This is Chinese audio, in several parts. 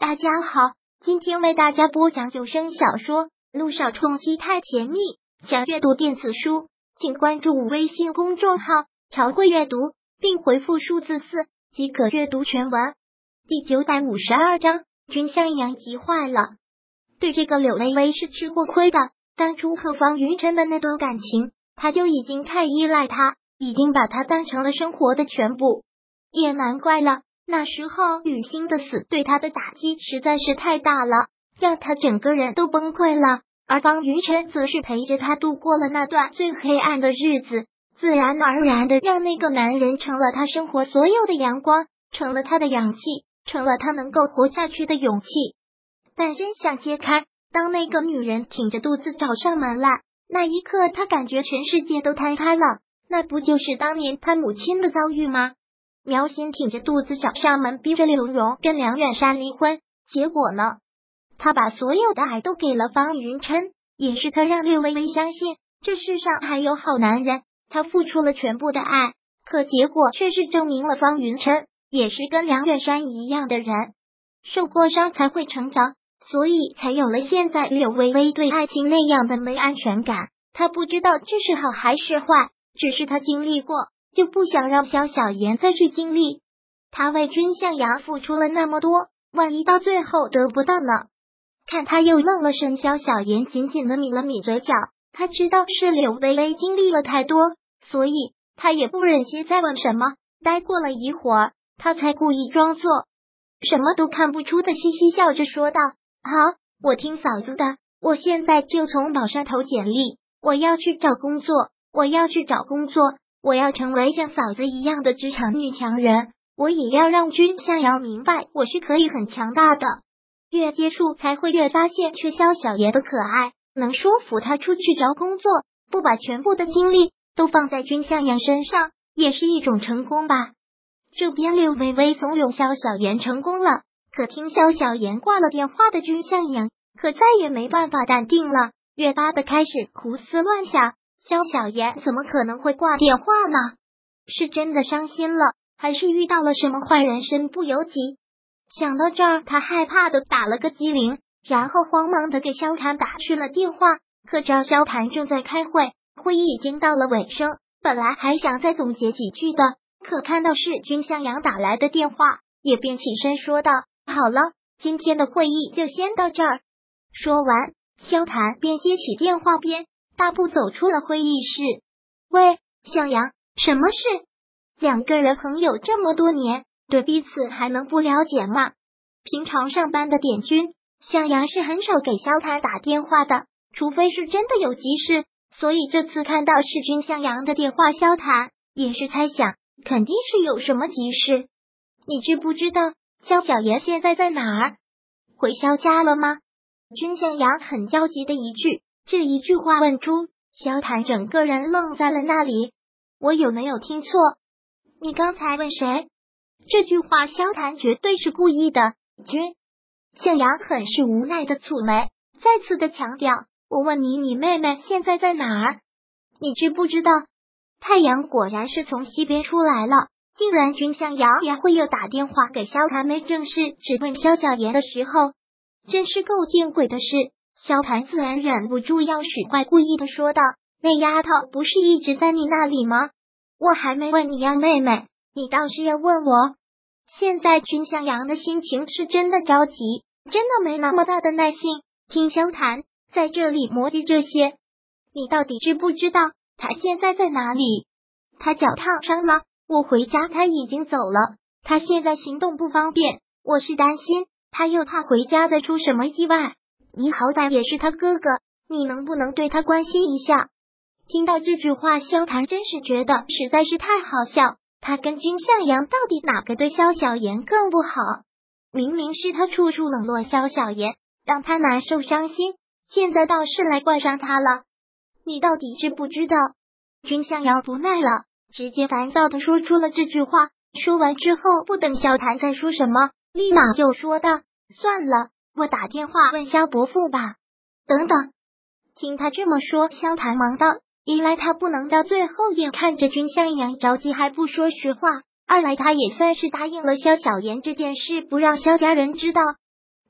大家好，今天为大家播讲有声小说《路上冲击太甜蜜》。想阅读电子书，请关注微信公众号朝会阅读，并回复数字4即可阅读全文。第952章，君向阳急坏了。对这个柳微微是吃过亏的，当初和方云晨的那段感情，他就已经太依赖他，已经把他当成了生活的全部。也难怪了，那时候雨欣的死对他的打击实在是太大了，让他整个人都崩溃了。而方云晨则是陪着他度过了那段最黑暗的日子，自然而然的让那个男人成了他生活所有的阳光，成了他的氧气，成了他能够活下去的勇气。但真相揭开，当那个女人挺着肚子找上门来，那一刻他感觉全世界都摊开了。那不就是当年他母亲的遭遇吗？苗心挺着肚子找上门，逼着柳荣跟梁远山离婚，结果呢？他把所有的爱都给了方云琛，也是他让柳微微相信这世上还有好男人，他付出了全部的爱，可结果却是证明了方云琛也是跟梁远山一样的人，受过伤才会成长，所以才有了现在柳微微对爱情那样的没安全感。他不知道这是好还是坏，只是他经历过，就不想让萧小妍再去经历。他为君向阳付出了那么多，万一到最后得不到呢？看他又愣了声，萧小妍紧紧的抿了抿嘴角，他知道是柳微微经历了太多，所以他也不忍心再问什么。待过了一会儿，他才故意装作什么都看不出的嘻嘻笑着说道：好，我听嫂子的，我现在就从网上投简历，我要去找工作，我要成为像嫂子一样的职场女强人，我也要让君向阳明白我是可以很强大的。越接触才会越发现却萧小妍的可爱，能说服她出去找工作，不把全部的精力都放在君向阳身上，也是一种成功吧。这边柳微微怂恿萧小妍成功了，可听萧小妍挂了电话的君向阳可再也没办法淡定了，越发的开始胡思乱想，萧小妍怎么可能会挂电话呢？是真的伤心了，还是遇到了什么坏人身不由己？想到这儿，他害怕的打了个激灵，然后慌忙的给萧谭打去了电话。可赵萧谭正在开会，会议已经到了尾声，本来还想再总结几句的，可看到是君向阳打来的电话，也便起身说道：好了，今天的会议就先到这儿。说完，萧谭便接起电话边大步走出了会议室。喂，向阳，什么事？两个人朋友这么多年，对彼此还能不了解吗？平常上班的点君向阳是很少给萧谭打电话的，除非是真的有急事，所以这次看到是君向阳的电话，萧谭也是猜想肯定是有什么急事。你知不知道萧小爷现在在哪儿？回萧家了吗？君向阳很焦急的一句，这一句话问出，萧谭整个人愣在了那里。我有没有听错？你刚才问谁？这句话萧谭绝对是故意的。君向阳很是无奈的蹙眉，再次的强调，我问你，你妹妹现在在哪儿？你知不知道？太阳果然是从西边出来了，竟然君向阳也会有打电话给萧谭，没正式质问萧小爷的时候，真是够见鬼的事。萧谭自然忍不住要使坏，故意的说道：那丫头不是一直在你那里吗？我还没问你呀，妹妹，你倒是要问我。现在君向阳的心情是真的着急，真的没那么大的耐性听萧谭在这里磨叽这些。你到底知不知道他现在在哪里？他脚烫伤了，我回家他已经走了，他现在行动不方便，我是担心他又怕回家再出什么意外。你好歹也是他哥哥，你能不能对他关心一下？听到这句话，萧谭真是觉得实在是太好笑，他跟君向阳到底哪个对萧小妍更不好？明明是他处处冷落萧小妍，让他难受伤心，现在倒是来怪上他了。你到底知不知道？君向阳不耐了，直接烦躁的说出了这句话。说完之后，不等萧谭再说什么，立马就说道：算了，我打电话问萧伯父吧。等等，听他这么说，萧谭忙道：一来他不能到最后眼看着君向阳着急还不说实话，二来他也算是答应了萧小妍这件事，不让萧家人知道。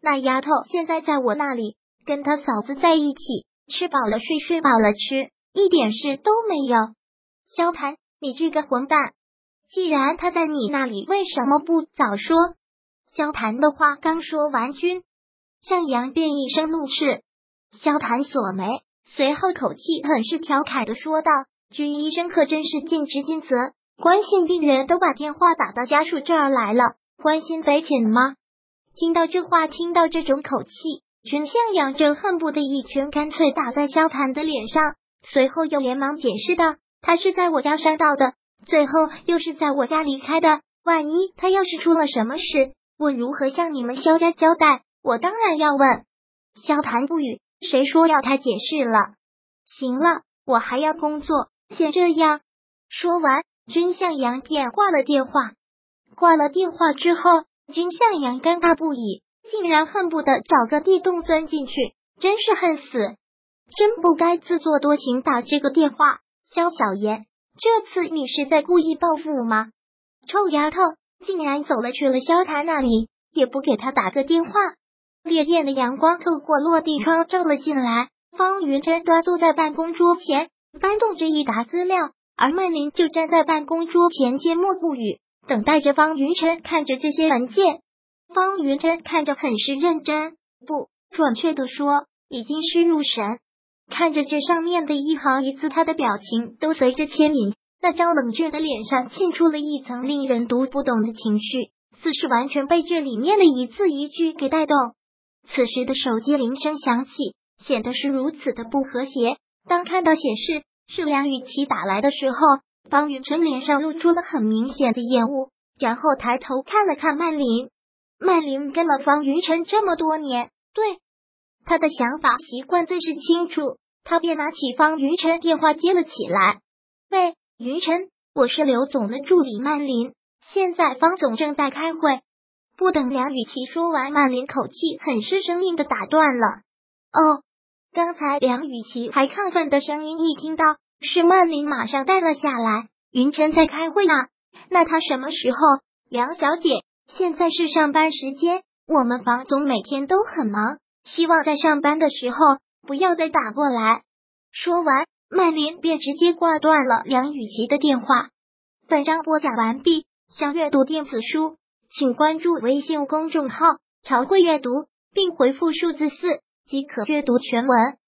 那丫头现在在我那里，跟她嫂子在一起，吃饱了睡，睡饱了吃，一点事都没有。萧谈，你这个混蛋！既然她在你那里，为什么不早说？萧谈的话刚说完，君向阳便一声怒斥。萧谈锁眉，随后口气很是调侃的说道：“君医生可真是尽职尽责，关心病人都把电话打到家属这儿来了，关心匪浅吗？”听到这话，听到这种口气，君向阳正恨不得一拳干脆打在萧谈的脸上，随后又连忙解释道：“他是在我家伤到的，最后又是在我家离开的，万一他要是出了什么事，我如何向你们萧家交代？我当然要问。”萧谈不语，谁说要他解释了？行了，我还要工作，先这样。说完，君向阳便挂了电话。挂了电话之后，君向阳尴尬不已，竟然恨不得找个地洞钻进去，真是恨死！真不该自作多情打这个电话。萧小言，这次你是在故意报复吗？臭丫头，竟然走了去了萧谈那里，也不给他打个电话。烈焰的阳光透过落地窗照了进来，方云琛端坐在办公桌前，翻动着一沓资料，而曼琳就站在办公桌前缄默不语，等待着方云琛看着这些文件。方云琛看着很是认真，不准确的说，已经是入神，看着这上面的一行一字，他的表情都随着牵引，那张冷峻的脸上沁出了一层令人读不懂的情绪，似是完全被这里面的一字一句给带动。此时的手机铃声响起，显得是如此的不和谐。当看到显示是梁雨琪打来的时候，方云琛脸上露出了很明显的厌恶，然后抬头看了看曼琳。曼琳跟了方云琛这么多年，对他的想法习惯最是清楚，他便拿起方云琛电话接了起来。喂，云琛，我是刘总的助理曼琳，现在方总正在开会。不等梁雨琪说完，曼琳口气很是生硬的打断了。哦，刚才梁雨琪还亢奋的声音一听到是曼琳，马上带了下来。云琛在开会啊？那他什么时候？梁小姐，现在是上班时间，我们房总每天都很忙，希望在上班的时候不要再打过来。说完，曼琳便直接挂断了梁雨琪的电话。本章播讲完毕，想阅读电子书，请关注微信公众号“朝会阅读”，并回复数字4即可阅读全文。